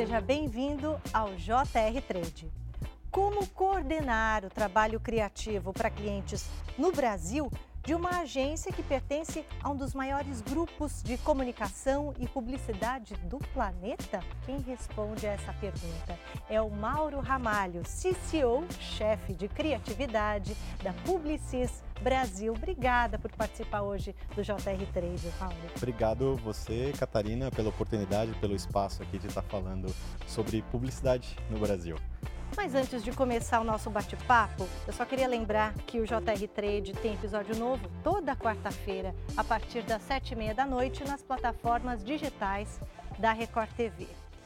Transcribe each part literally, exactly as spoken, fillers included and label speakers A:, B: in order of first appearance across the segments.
A: Seja bem-vindo ao J R Trade. Como coordenar o trabalho criativo para clientes no Brasil de uma agência que pertence a um dos maiores grupos de comunicação e publicidade do planeta? Quem responde a essa pergunta é o Mauro Ramalho, C C O, chefe de criatividade da Publicis Brasil. Obrigada por participar hoje do J R Trade, Mauro.
B: Obrigado você, Catarina, pela oportunidade, pelo espaço aqui de estar falando sobre publicidade no Brasil.
A: Mas antes de começar o nosso bate-papo, eu só queria lembrar que o J R Trade tem episódio novo toda quarta-feira, a partir das sete e meia da noite, nas plataformas digitais da Record T V.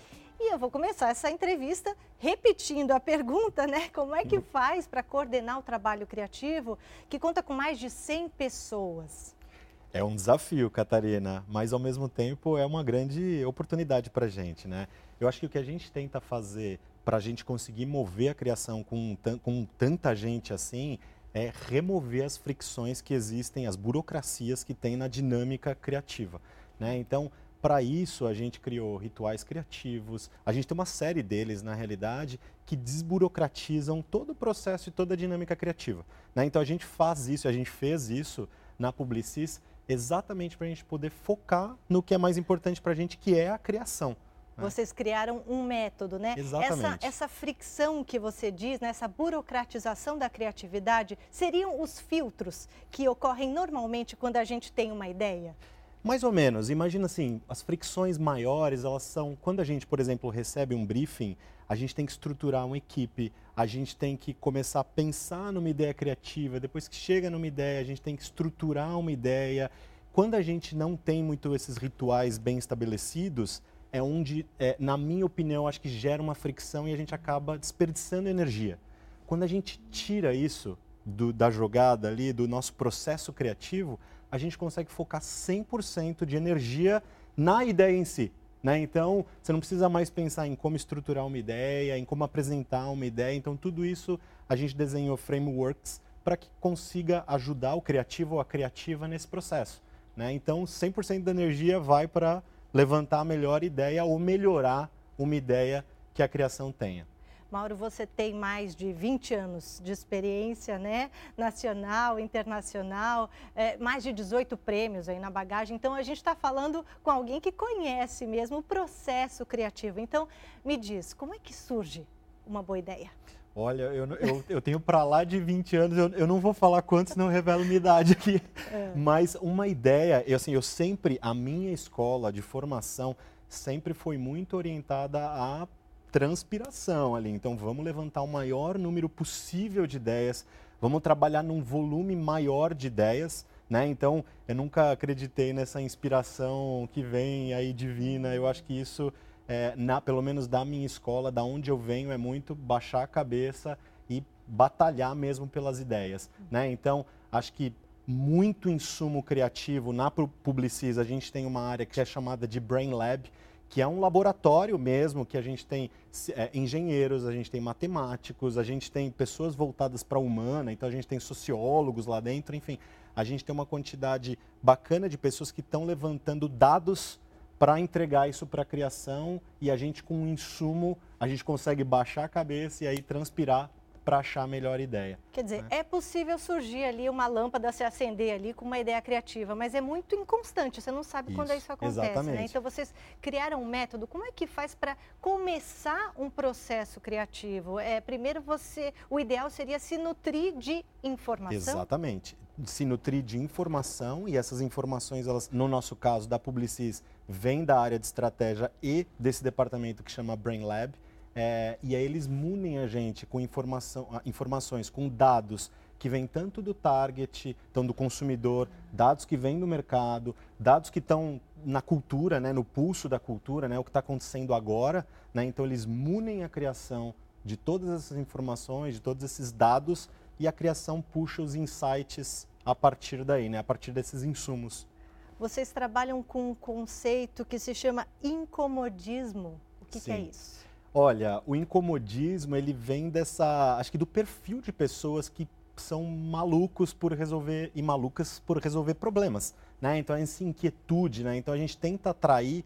A: E eu vou começar essa entrevista repetindo a pergunta, né? Como é que faz para coordenar o trabalho criativo que conta com mais de cem pessoas?
B: É um desafio, Catarina, mas ao mesmo tempo é uma grande oportunidade para a gente, né? Eu acho que o que a gente tenta fazer para a gente conseguir mover a criação com, com tanta gente assim é remover as fricções que existem, as burocracias que tem na dinâmica criativa, né? Então, para isso, a gente criou rituais criativos, a gente tem uma série deles, na realidade, que desburocratizam todo o processo e toda a dinâmica criativa, né? Então, a gente faz isso, a gente fez isso na Publicis exatamente para a gente poder focar no que é mais importante para a gente, que é a criação.
A: Vocês criaram um método, né?
B: Exatamente.
A: Essa, essa fricção que você diz, né? Essa burocratização da criatividade, seriam os filtros que ocorrem normalmente quando a gente tem uma ideia?
B: Mais ou menos. Imagina assim, as fricções maiores, elas são... Quando a gente, por exemplo, recebe um briefing, a gente tem que estruturar uma equipe, a gente tem que começar a pensar numa ideia criativa, depois que chega numa ideia, a gente tem que estruturar uma ideia. Quando a gente não tem muito esses rituais bem estabelecidos, é onde, é, na minha opinião, acho que gera uma fricção e a gente acaba desperdiçando energia. Quando a gente tira isso do, da jogada ali, do nosso processo criativo, a gente consegue focar cem por cento de energia na ideia em si, né? Então, você não precisa mais pensar em como estruturar uma ideia, em como apresentar uma ideia. Então, tudo isso a gente desenhou frameworks para que consiga ajudar o criativo ou a criativa nesse processo, né? Então, cem por cento da energia vai para levantar a melhor ideia ou melhorar uma ideia que a criação tenha.
A: Mauro, você tem mais de vinte anos de experiência, né? Nacional, internacional, é, mais de dezoito prêmios aí na bagagem. Então, a gente está falando com alguém que conhece mesmo o processo criativo. Então, me diz, como é que surge uma boa ideia?
B: Olha, eu, eu, eu tenho para lá de vinte anos, eu, eu não vou falar quantos, senão eu revelo minha idade aqui. É. Mas uma ideia, eu, assim, eu sempre, a minha escola de formação sempre foi muito orientada à transpiração ali. Então, vamos levantar o maior número possível de ideias, vamos trabalhar num volume maior de ideias, né? Então, eu nunca acreditei nessa inspiração que vem aí divina. Eu acho que isso... É, na, pelo menos da minha escola, da onde eu venho, é muito baixar a cabeça e batalhar mesmo pelas ideias, né? Então, acho que muito insumo criativo na Publicis, a gente tem uma área que é chamada de Brain Lab, que é um laboratório mesmo, que a gente tem é, engenheiros, a gente tem matemáticos, a gente tem pessoas voltadas para a humana, então a gente tem sociólogos lá dentro, enfim, a gente tem uma quantidade bacana de pessoas que estão levantando dados para entregar isso para a criação, e a gente, com um insumo, a gente consegue baixar a cabeça e aí transpirar para achar a melhor ideia.
A: Quer dizer,
B: né?
A: É possível surgir ali uma lâmpada, se acender ali com uma ideia criativa, mas é muito inconstante, você não sabe isso, quando isso acontece,
B: exatamente.
A: né? Então, vocês criaram um método, como é que faz para começar um processo criativo? É, primeiro, você, o ideal seria se nutrir de informação?
B: Exatamente. Se nutrir de informação, e essas informações, elas, no nosso caso da Publicis, vêm da área de estratégia e desse departamento que chama Brain Lab, é, e aí eles munem a gente com informação, informações, com dados que vêm tanto do target, então do consumidor, dados que vêm do mercado, dados que estão na cultura, né, no pulso da cultura, né, o que está acontecendo agora, né, então eles munem a criação de todas essas informações, de todos esses dados, e a criação puxa os insights a partir daí, né? A partir desses insumos.
A: Vocês trabalham com um conceito que se chama incomodismo. O que, que é isso?
B: Olha, o incomodismo, ele vem dessa, acho que do perfil de pessoas que são malucos por resolver e malucas por resolver problemas, né? Então, essa inquietude, né? Então, a gente tenta atrair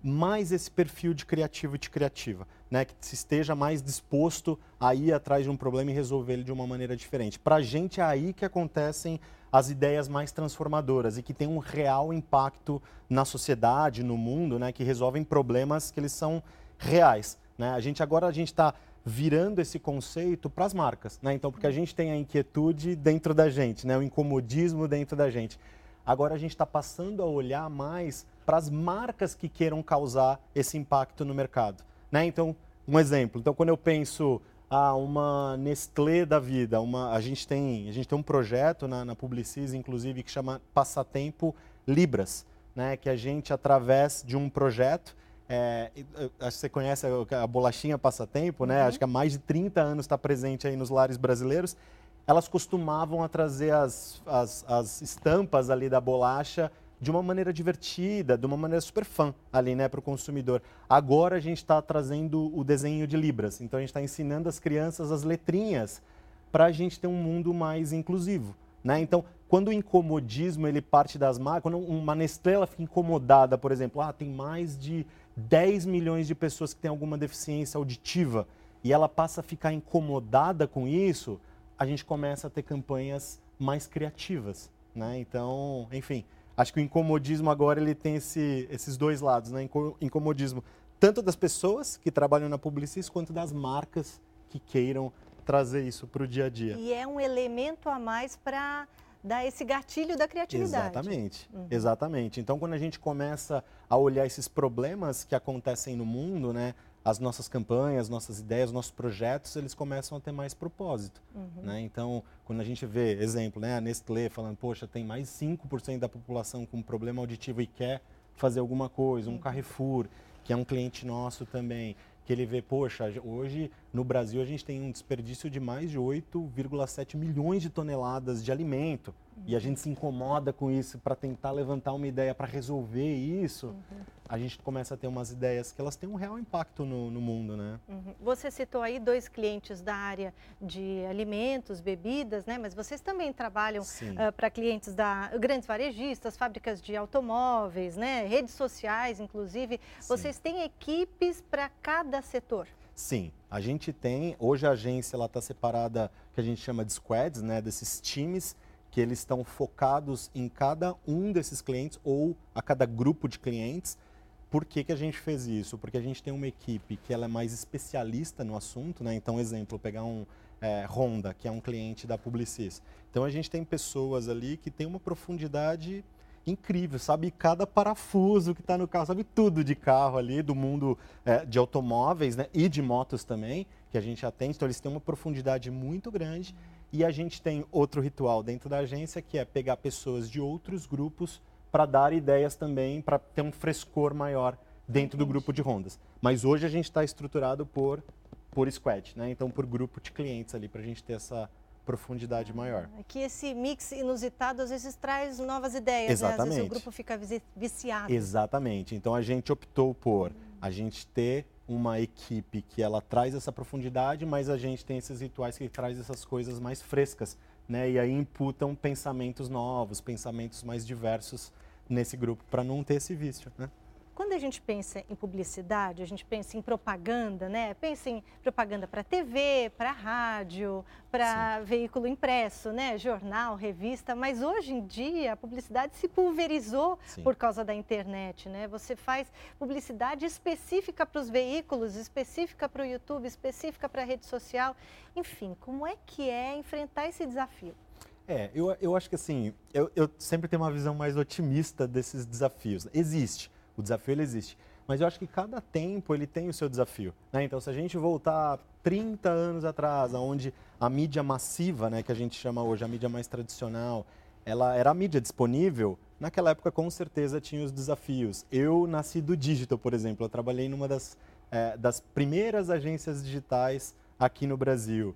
B: mais esse perfil de criativo e de criativa, né? Que se esteja mais disposto a ir atrás de um problema e resolver ele de uma maneira diferente. Para a gente é aí que acontecem as ideias mais transformadoras e que têm um real impacto na sociedade, no mundo, né? Que resolvem problemas que eles são reais, né? A gente agora a gente está virando esse conceito para as marcas, né? Então, porque a gente tem a inquietude dentro da gente, né? O incomodismo dentro da gente. Agora a gente está passando a olhar mais para as marcas que queiram causar esse impacto no mercado, né? Então, um exemplo. Então, quando eu penso a ah, uma Nestlé da vida, uma, a gente tem a gente tem um projeto na, na Publicis, inclusive, que chama Passatempo Libras, né? Que a gente, através de um projeto, é, acho que você conhece a, a bolachinha Passatempo, né? Uhum. Acho que há mais de trinta anos está presente aí nos lares brasileiros. Elas costumavam a trazer as, as, as estampas ali da bolacha de uma maneira divertida, de uma maneira super fã ali, né, para o consumidor. Agora a gente está trazendo o desenho de Libras, então a gente está ensinando as crianças as letrinhas para a gente ter um mundo mais inclusivo, né? Então, quando o incomodismo ele parte das marcas, quando uma Nestlé ela fica incomodada, por exemplo, ah, tem mais de dez milhões de pessoas que têm alguma deficiência auditiva e ela passa a ficar incomodada com isso, a gente começa a ter campanhas mais criativas, né? Então, enfim, acho que o incomodismo agora ele tem esse, esses dois lados, né? Incomodismo tanto das pessoas que trabalham na Publicis quanto das marcas que queiram trazer isso para o dia a dia.
A: E é um elemento a mais para dar esse gatilho da criatividade.
B: Exatamente,
A: uhum.
B: exatamente. Então, quando a gente começa a olhar esses problemas que acontecem no mundo, né? As nossas campanhas, nossas ideias, nossos projetos, eles começam a ter mais propósito, uhum. né? Então, quando a gente vê, exemplo, né, a Nestlé falando, poxa, tem mais cinco por cento da população com problema auditivo e quer fazer alguma coisa, um uhum. Carrefour, que é um cliente nosso também, que ele vê, poxa, hoje no Brasil a gente tem um desperdício de mais de oito vírgula sete milhões de toneladas de alimento, uhum. e a gente se incomoda com isso para tentar levantar uma ideia para resolver isso, uhum. a gente começa a ter umas ideias que elas têm um real impacto no, no mundo, né?
A: Uhum. Você citou aí dois clientes da área de alimentos, bebidas, né? Mas vocês também trabalham uh, para clientes da grandes varejistas, fábricas de automóveis, né? Redes sociais, inclusive. Sim. Vocês têm equipes para cada setor?
B: Sim, a gente tem. Hoje a agência está separada, que a gente chama de squads, né? Desses times que eles estão focados em cada um desses clientes ou a cada grupo de clientes. Por que que a gente fez isso? Porque a gente tem uma equipe que ela é mais especialista no assunto, né? Então, exemplo, pegar um é, Honda, que é um cliente da Publicis. Então, a gente tem pessoas ali que tem uma profundidade incrível, sabe cada parafuso que está no carro, sabe tudo de carro ali, do mundo é, de automóveis, né? E de motos também, que a gente atende. Então, eles têm uma profundidade muito grande. E a gente tem outro ritual dentro da agência, que é pegar pessoas de outros grupos para dar ideias também, para ter um frescor maior dentro do grupo de Hondas. Mas hoje a gente está estruturado por, por squad, né? Então por grupo de clientes ali, para a gente ter essa profundidade maior.
A: Que esse mix inusitado às vezes traz novas ideias,
B: exatamente.
A: Né? Às vezes o grupo fica viciado.
B: Exatamente. Então a gente optou por a gente ter uma equipe que ela traz essa profundidade, mas a gente tem esses rituais que traz essas coisas mais frescas, né? E aí imputam pensamentos novos, pensamentos mais diversos nesse grupo, para não ter esse vício, né?
A: Quando a gente pensa em publicidade, a gente pensa em propaganda, né? Pensa em propaganda para T V, para rádio, para veículo impresso, né? Jornal, revista, mas hoje em dia a publicidade se pulverizou Sim. por causa da internet, né? Você faz publicidade específica para os veículos, específica para o YouTube, específica para a rede social. Enfim, como é que é enfrentar esse desafio?
B: É, eu, eu acho que assim, eu, eu sempre tenho uma visão mais otimista desses desafios. Existe. O desafio ele existe, mas eu acho que cada tempo ele tem o seu desafio, né? Então, se a gente voltar trinta anos atrás, onde a mídia massiva, né, que a gente chama hoje a mídia mais tradicional, ela era a mídia disponível, naquela época com certeza tinha os desafios. Eu nasci do digital, por exemplo, eu trabalhei numa das, é, das primeiras agências digitais aqui no Brasil.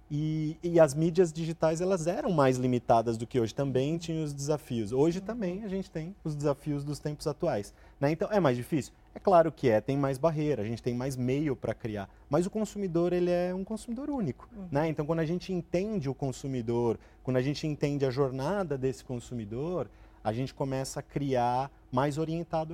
B: E, e as mídias digitais elas eram mais limitadas do que hoje, também tinham os desafios. Hoje também a gente tem os desafios dos tempos atuais, né? Então é mais difícil? É claro que é, tem mais barreira, a gente tem mais meio para criar, mas o consumidor ele é um consumidor único, uhum. né? Então quando a gente entende o consumidor, quando a gente entende a jornada desse consumidor, a gente começa a criar mais orientado a isso.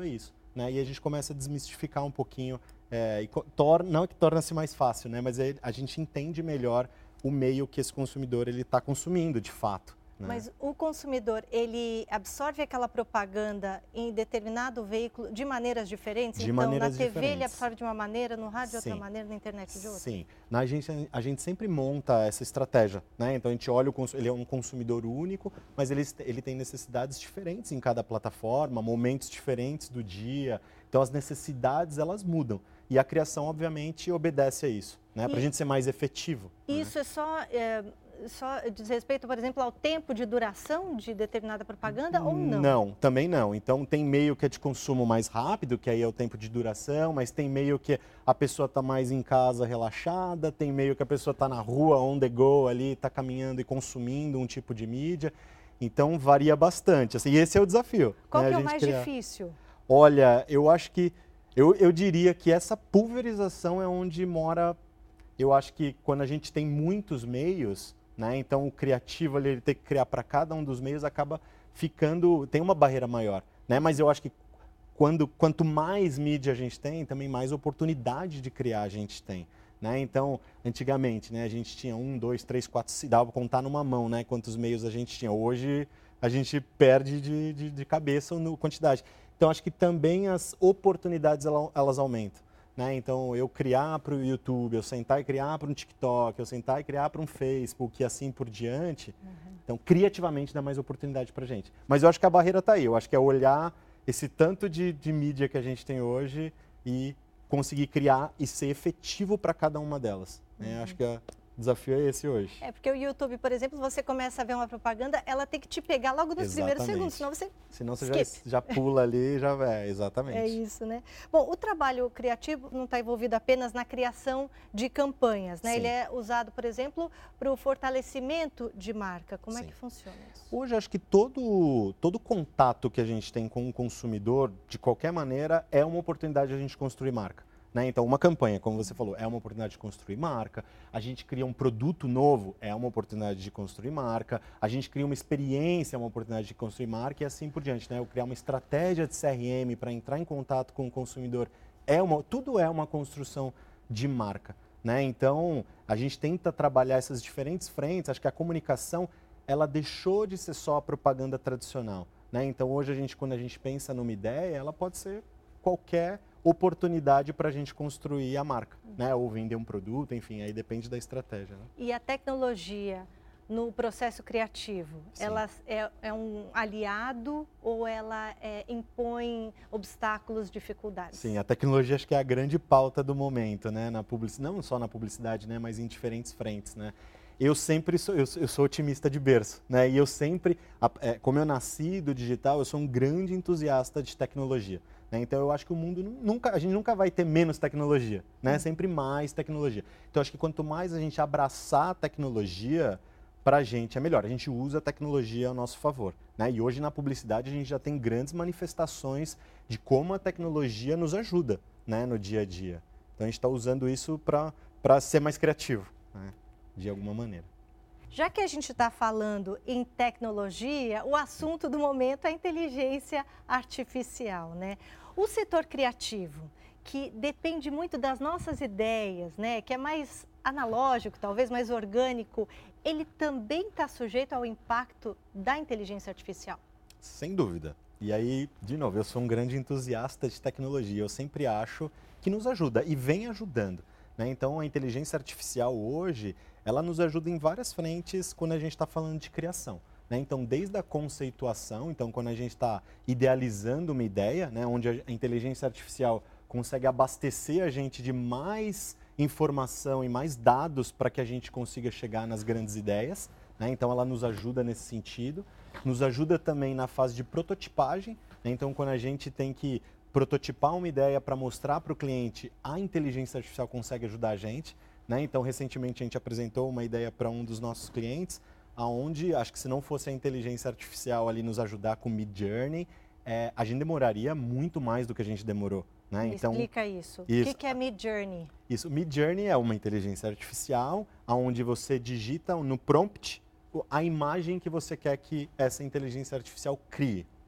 B: né? E a gente começa a desmistificar um pouquinho, é, e torna, não é que torna-se mais fácil, né? Mas é, a gente entende melhor o meio que esse consumidor ele está consumindo, de fato. Né?
A: Mas o consumidor, ele absorve aquela propaganda em determinado veículo de maneiras diferentes?
B: De
A: então,
B: maneiras
A: na T V
B: diferentes.
A: ele absorve de uma maneira, no rádio de
B: Sim.
A: outra maneira, na internet de outra?
B: Sim. Na agência, a gente sempre monta essa estratégia, né? Então, a gente olha, o cons... ele é um consumidor único, mas ele, ele tem necessidades diferentes em cada plataforma, momentos diferentes do dia. Então, as necessidades, elas mudam. E a criação, obviamente, obedece a isso, né? Para a gente ser mais efetivo.
A: Isso
B: né?
A: é só... É... Só diz respeito, por exemplo, ao tempo de duração de determinada propaganda ou não?
B: Não, também não. Então, tem meio que é de consumo mais rápido, que aí é o tempo de duração, mas tem meio que a pessoa está mais em casa relaxada, tem meio que a pessoa está na rua, on the go, ali, está caminhando e consumindo um tipo de mídia. Então, varia bastante. Assim, e esse é o desafio.
A: Qual
B: né,
A: que é
B: a
A: o
B: gente
A: mais
B: criar.
A: difícil?
B: Olha, eu acho que... Eu, eu diria que essa pulverização é onde mora... Eu acho que quando a gente tem muitos meios... Né? Então, o criativo ali, ele tem que criar para cada um dos meios, acaba ficando... Tem uma barreira maior. Né? Mas eu acho que quando, quanto mais mídia a gente tem, também mais oportunidade de criar a gente tem. Né? Então, antigamente, né, a gente tinha um, dois, três, quatro... Se dava para contar numa mão, né, quantos meios a gente tinha. Hoje, a gente perde de, de, de cabeça a quantidade. Então, acho que também as oportunidades, elas aumentam. Né? Então, eu criar para o YouTube, eu sentar e criar para um TikTok, eu sentar e criar para um Facebook e assim por diante. Uhum. Então, criativamente dá mais oportunidade para a gente. Mas eu acho que a barreira está aí. Eu acho que é olhar esse tanto de, de mídia que a gente tem hoje e conseguir criar e ser efetivo para cada uma delas. Né? Uhum. Acho que o desafio é esse hoje.
A: É, porque o YouTube, por exemplo, você começa a ver uma propaganda, ela tem que te pegar logo nos
B: Exatamente.
A: primeiros segundos, senão você
B: Senão você já, já pula ali e já vai, exatamente.
A: É isso, né? Bom, o trabalho criativo não está envolvido apenas na criação de campanhas, né?
B: Sim.
A: Ele é usado, por exemplo, para o fortalecimento de marca. Como
B: Sim.
A: é que funciona isso?
B: Hoje, acho que todo, todo contato que a gente tem com o consumidor, de qualquer maneira, é uma oportunidade de a gente construir marca. Né? Então, uma campanha, como você falou, é uma oportunidade de construir marca. A gente cria um produto novo, é uma oportunidade de construir marca. A gente cria uma experiência, é uma oportunidade de construir marca e assim por diante. Né? Eu criar uma estratégia de C R M para entrar em contato com o consumidor, é uma, tudo é uma construção de marca. Né? Então, a gente tenta trabalhar essas diferentes frentes. Acho que a comunicação, ela deixou de ser só a propaganda tradicional. Né? Então, hoje, a gente, quando a gente pensa numa ideia, ela pode ser qualquer oportunidade para a gente construir a marca, né? Ou vender um produto, enfim, aí depende da estratégia. Né?
A: E a tecnologia no processo criativo, Sim. ela é, é um aliado ou ela é, impõe obstáculos, dificuldades?
B: Sim, a tecnologia acho que é a grande pauta do momento, né? Na publicidade, não só na publicidade, né? Mas em diferentes frentes, né? Eu sempre sou, eu, eu sou otimista de berço, né? E eu sempre, é, como eu nasci do digital, eu sou um grande entusiasta de tecnologia. Né? Então, eu acho que o mundo nunca, a gente nunca vai ter menos tecnologia, né? Sempre mais tecnologia. Então, acho que quanto mais a gente abraçar a tecnologia, para a gente é melhor. A gente usa a tecnologia ao nosso favor. Né? E hoje, na publicidade, a gente já tem grandes manifestações de como a tecnologia nos ajuda, né? No dia a dia. Então, a gente está usando isso para ser mais criativo, né? De alguma maneira.
A: Já que a gente está falando em tecnologia, o assunto do momento é a inteligência artificial, né? O setor criativo, que depende muito das nossas ideias, né? Que é mais analógico, talvez mais orgânico, ele também está sujeito ao impacto da inteligência artificial?
B: Sem dúvida. E aí, de novo, eu sou um grande entusiasta de tecnologia. Eu sempre acho que nos ajuda e vem ajudando. Né? Então, a inteligência artificial hoje, ela nos ajuda em várias frentes quando a gente está falando de criação. Né? Então, desde a conceituação, então quando a gente está idealizando uma ideia, né? Onde a inteligência artificial consegue abastecer a gente de mais informação e mais dados para que a gente consiga chegar nas grandes ideias. Né? Então, ela nos ajuda nesse sentido. Nos ajuda também na fase de prototipagem. Né? Então, quando a gente tem que prototipar uma ideia para mostrar para o cliente, a inteligência artificial consegue ajudar a gente. Né? Então, recentemente, a gente apresentou uma ideia para um dos nossos clientes, onde, acho que se não fosse a inteligência artificial ali nos ajudar com Midjourney, é, a gente demoraria muito mais do que a gente demorou. Né?
A: Me
B: então,
A: explica isso.
B: isso.
A: O que, que é Midjourney?
B: Isso, Midjourney é uma inteligência artificial onde você digita no prompt a imagem que você quer que essa inteligência artificial crie.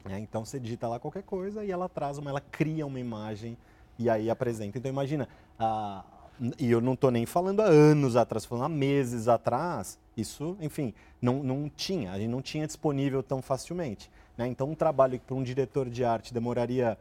B: Né? Então você digita lá qualquer coisa e ela traz uma, ela cria uma imagem e aí apresenta. Então imagina, ah, e eu não estou nem falando há anos atrás, falando há meses atrás, isso, enfim, não, não tinha, a gente não tinha disponível tão facilmente. Né? Então um trabalho que para um diretor de arte demoraria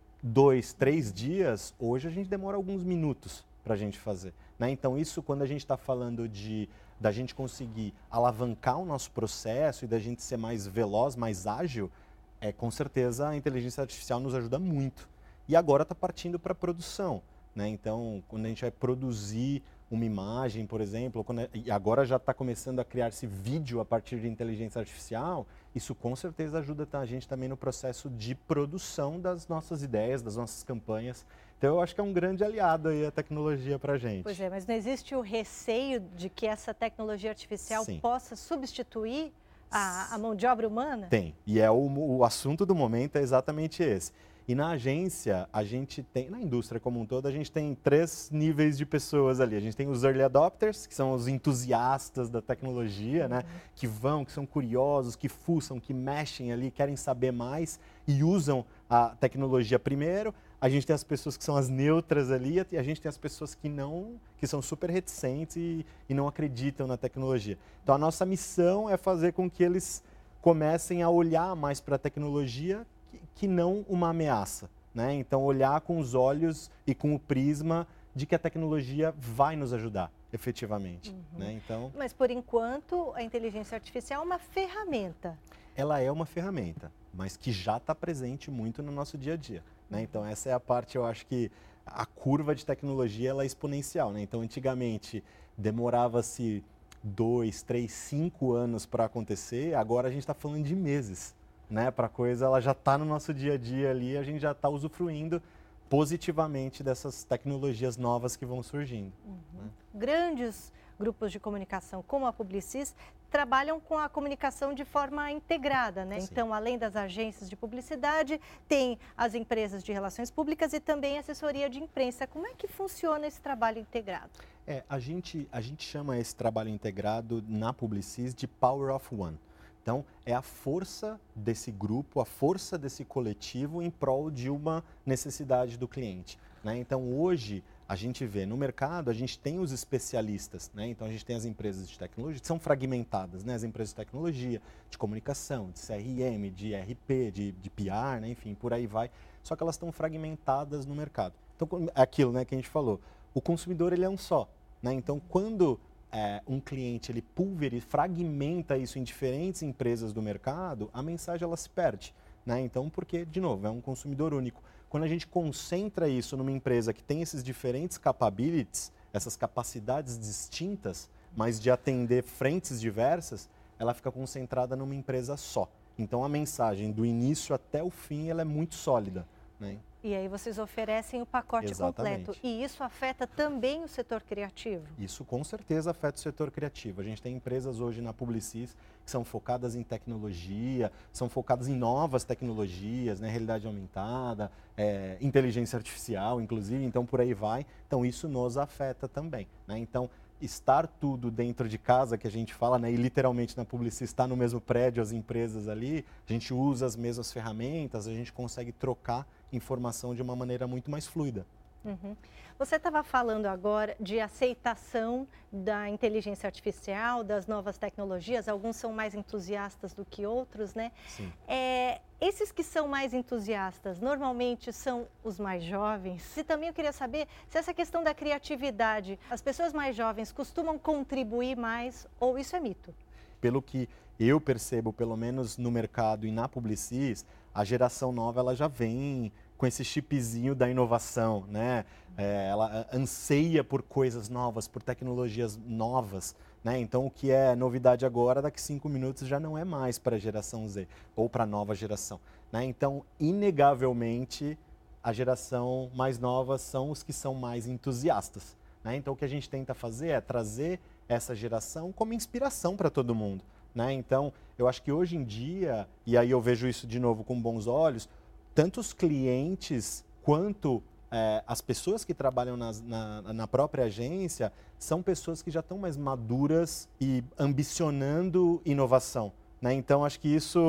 B: dois, três dias, hoje a gente demora alguns minutos para a gente fazer. Né? Então isso, quando a gente está falando de da gente conseguir alavancar o nosso processo e da gente ser mais veloz, mais ágil, é, com certeza a inteligência artificial nos ajuda muito. E agora está partindo para a produção. Né? Então, quando a gente vai produzir uma imagem, por exemplo, quando, e agora já está começando a criar-se vídeo a partir de inteligência artificial, isso com certeza ajuda a gente também no processo de produção das nossas ideias, das nossas campanhas. Então, eu acho que é um grande aliado aí a tecnologia para a gente.
A: Pois é, mas não existe o receio de que essa tecnologia artificial Sim. possa substituir a, a mão de obra humana?
B: Tem, e é o, o assunto do momento é exatamente esse. E na agência, a gente tem, na indústria como um todo, a gente tem três níveis de pessoas ali. A gente tem os early adopters, que são os entusiastas da tecnologia, uhum. né? Que vão, que são curiosos, que fuçam, que mexem ali, querem saber mais e usam a tecnologia primeiro. A gente tem as pessoas que são as neutras ali e a gente tem as pessoas que não, que são super reticentes e, e não acreditam na tecnologia. Então a nossa missão é fazer com que eles comecem a olhar mais para a tecnologia que, que não uma ameaça, né? Então olhar com os olhos e com o prisma de que a tecnologia vai nos ajudar, efetivamente. Uhum. Né? Então,
A: mas por enquanto a inteligência artificial é uma ferramenta.
B: Ela é uma ferramenta, mas que já está presente muito no nosso dia a dia. Né? Então essa é a parte, eu acho que a curva de tecnologia ela é exponencial. Né? Então antigamente demorava-se dois, três, cinco anos para acontecer, agora a gente está falando de meses. Né? Para a coisa, ela já está no nosso dia a dia ali, a gente já está usufruindo positivamente dessas tecnologias novas que vão surgindo.
A: Uhum. Né? Grandes grupos de comunicação, como a Publicis, trabalham com a comunicação de forma integrada, né? Então, além das agências de publicidade, tem as empresas de relações públicas e também assessoria de imprensa. Como é que funciona esse trabalho integrado?
B: É, a gente, a gente chama esse trabalho integrado na Publicis de Power of One. Então, é a força desse grupo, a força desse coletivo em prol de uma necessidade do cliente. Né? Então, hoje, a gente vê no mercado, a gente tem os especialistas. Né? Então, a gente tem as empresas de tecnologia, que são fragmentadas, né? As empresas de tecnologia, de comunicação, de C R M, de R P, de, de P R, né? Enfim, por aí vai. Só que elas estão fragmentadas no mercado. Então, é aquilo, né, que a gente falou, o consumidor ele é um só. Né? Então, quando É, um cliente ele pulveriza, fragmenta isso em diferentes empresas do mercado, a mensagem ela se perde. Né? Então, porque, de novo, é um consumidor único. Quando a gente concentra isso numa empresa que tem esses diferentes capabilities, essas capacidades distintas, mas de atender frentes diversas, ela fica concentrada numa empresa só. Então, a mensagem do início até o fim ela é muito sólida. Né?
A: E aí vocês oferecem o pacote
B: Exatamente.
A: completo. E isso afeta também o setor criativo?
B: Isso com certeza afeta o setor criativo. A gente tem empresas hoje na Publicis que são focadas em tecnologia, são focadas em novas tecnologias, né? Realidade aumentada, é, inteligência artificial, inclusive, então por aí vai. Então isso nos afeta também. Né? Então, estar tudo dentro de casa, que a gente fala, né? E literalmente na Publicis está no mesmo prédio, as empresas ali, a gente usa as mesmas ferramentas, a gente consegue trocar informação de uma maneira muito mais fluida.
A: Uhum. Você estava falando agora de aceitação da inteligência artificial, das novas tecnologias, alguns são mais entusiastas do que outros, né?
B: Sim.
A: É, esses que são mais entusiastas, normalmente são os mais jovens? E também eu queria saber se essa questão da criatividade, as pessoas mais jovens costumam contribuir mais ou isso é mito?
B: Pelo que eu percebo, pelo menos no mercado e na Publicis, a geração nova ela já vem com esse chipzinho da inovação, né? É, ela anseia por coisas novas, por tecnologias novas, né? Então, o que é novidade agora, daqui cinco minutos já não é mais para a geração Z ou para a nova geração, né? Então, inegavelmente, a geração mais nova são os que são mais entusiastas, né? Então, o que a gente tenta fazer é trazer essa geração como inspiração para todo mundo. Né? Então, eu acho que hoje em dia, e aí eu vejo isso de novo com bons olhos, tanto os clientes quanto é, as pessoas que trabalham nas, na, na própria agência são pessoas que já estão mais maduras e ambicionando inovação. Né? Então, acho que isso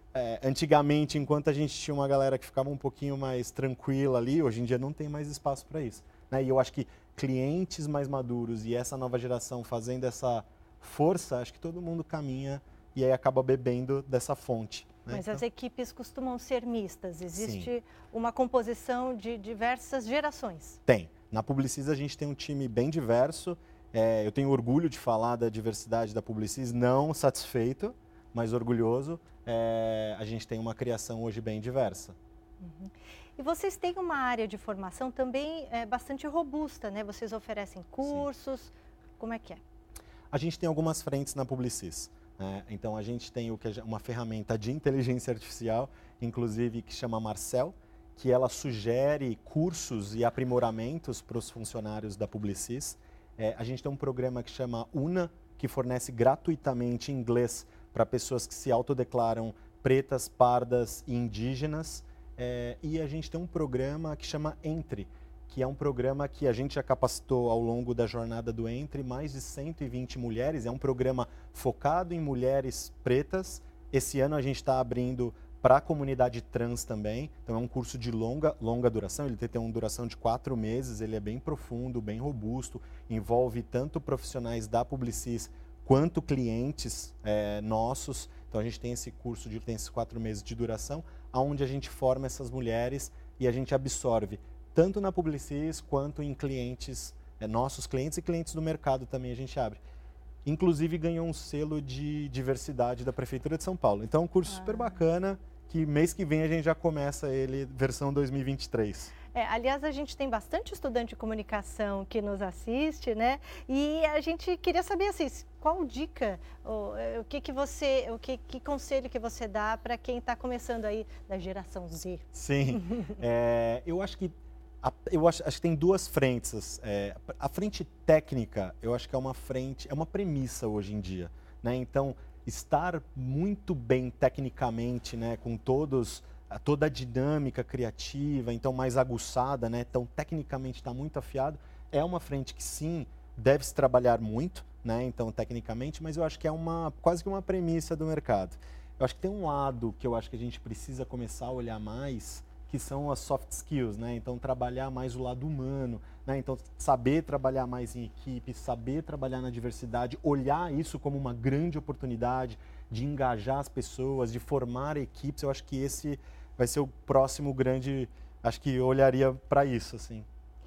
B: é, antigamente, enquanto a gente tinha uma galera que ficava um pouquinho mais tranquila ali, hoje em dia não tem mais espaço para isso, né? E eu acho que clientes mais maduros e essa nova geração fazendo essa força, acho que todo mundo caminha e aí acaba bebendo dessa fonte. Né?
A: Mas
B: então,
A: as equipes costumam ser mistas, existe
B: sim.
A: uma composição de diversas gerações.
B: Tem. Na Publicis a gente tem um time bem diverso. É, eu tenho orgulho de falar da diversidade da Publicis, não satisfeito, mas orgulhoso. É, a gente tem uma criação hoje bem diversa.
A: Uhum. E vocês têm uma área de formação também é, bastante robusta, né? Vocês oferecem cursos, sim. Como é que é?
B: A gente tem algumas frentes na Publicis. Né? Então a gente tem o que é uma ferramenta de inteligência artificial, inclusive que chama Marcel, que ela sugere cursos e aprimoramentos para os funcionários da Publicis. É, a gente tem um programa que chama UNA, que fornece gratuitamente inglês para pessoas que se autodeclaram pretas, pardas e indígenas. É, e a gente tem um programa que chama Entre, que é um programa que a gente já capacitou ao longo da jornada do Entre mais de cento e vinte mulheres. É um programa focado em mulheres pretas. Esse ano a gente está abrindo para a comunidade trans também. Então é um curso de longa, longa duração, ele tem uma duração de quatro meses, ele é bem profundo, bem robusto, envolve tanto profissionais da Publicis quanto clientes é, nossos. Então a gente tem esse curso de tem esses quatro meses de duração, onde a gente forma essas mulheres e a gente absorve tanto na Publicis quanto em clientes, é, nossos clientes e clientes do mercado também a gente abre. Inclusive ganhou um selo de diversidade da Prefeitura de São Paulo. Então é um curso ah. super bacana, que mês que vem a gente já começa ele, versão dois mil e vinte e três.
A: É, aliás, a gente tem bastante estudante de comunicação que nos assiste, né? E a gente queria saber assim, qual dica, o, o que que você, o que, que conselho que você dá para quem está começando aí da geração Z?
B: Sim, é, eu acho que a, eu acho, acho que tem duas frentes. É, a frente técnica, eu acho que é uma frente, é uma premissa hoje em dia, né? Então, estar muito bem tecnicamente, né, com todos toda a dinâmica criativa, então mais aguçada, né? Então tecnicamente está muito afiado. É uma frente que sim, deve se trabalhar muito, né? Então tecnicamente, mas eu acho que é uma quase que uma premissa do mercado. Eu acho que tem um lado que eu acho que a gente precisa começar a olhar mais, que são as soft skills, né? Então trabalhar mais o lado humano, né? Então saber trabalhar mais em equipe, saber trabalhar na diversidade, olhar isso como uma grande oportunidade de engajar as pessoas, de formar equipes. Eu acho que esse vai ser o próximo grande, acho que eu olharia para isso, assim.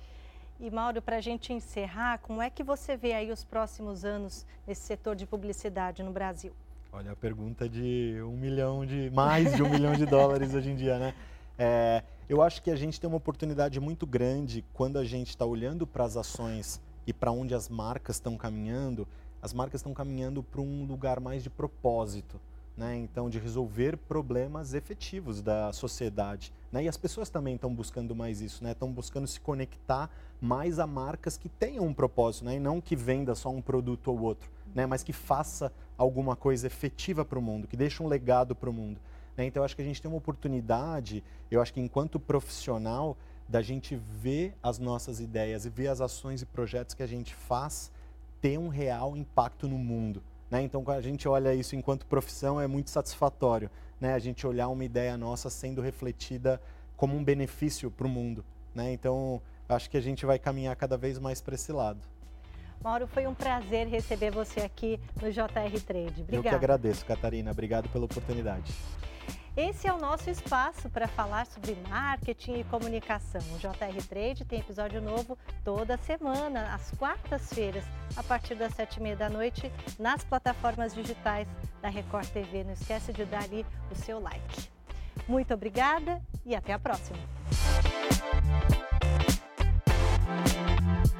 A: E Mauro, para a gente encerrar, como é que você vê aí os próximos anos nesse setor de publicidade no Brasil?
B: Olha, a pergunta de um milhão de, mais de um milhão de dólares hoje em dia, né? É, eu acho que a gente tem uma oportunidade muito grande quando a gente está olhando para as ações e para onde as marcas estão caminhando. As marcas estão caminhando para um lugar mais de propósito, né? Então, de resolver problemas efetivos da sociedade, né? E as pessoas também estão buscando mais isso, né? Estão buscando se conectar mais a marcas que tenham um propósito, né? E não que venda só um produto ou outro, né? Mas que faça alguma coisa efetiva para o mundo, que deixe um legado para o mundo, né? Então, eu acho que a gente tem uma oportunidade, eu acho que enquanto profissional, da gente ver as nossas ideias e ver as ações e projetos que a gente faz ter um real impacto no mundo, né? Então, quando a gente olha isso enquanto profissão, é muito satisfatório, né? A gente olhar uma ideia nossa sendo refletida como um benefício para o mundo, né? Então, acho que a gente vai caminhar cada vez mais para esse lado.
A: Mauro, foi um prazer receber você aqui no J R Trade. Obrigada.
B: Eu que agradeço, Catarina. Obrigado pela oportunidade.
A: Esse é o nosso espaço para falar sobre marketing e comunicação. O J R Trade tem episódio novo toda semana, às quartas-feiras, a partir das sete e meia da noite, nas plataformas digitais da Record T V. Não esquece de dar ali o seu like. Muito obrigada e até a próxima.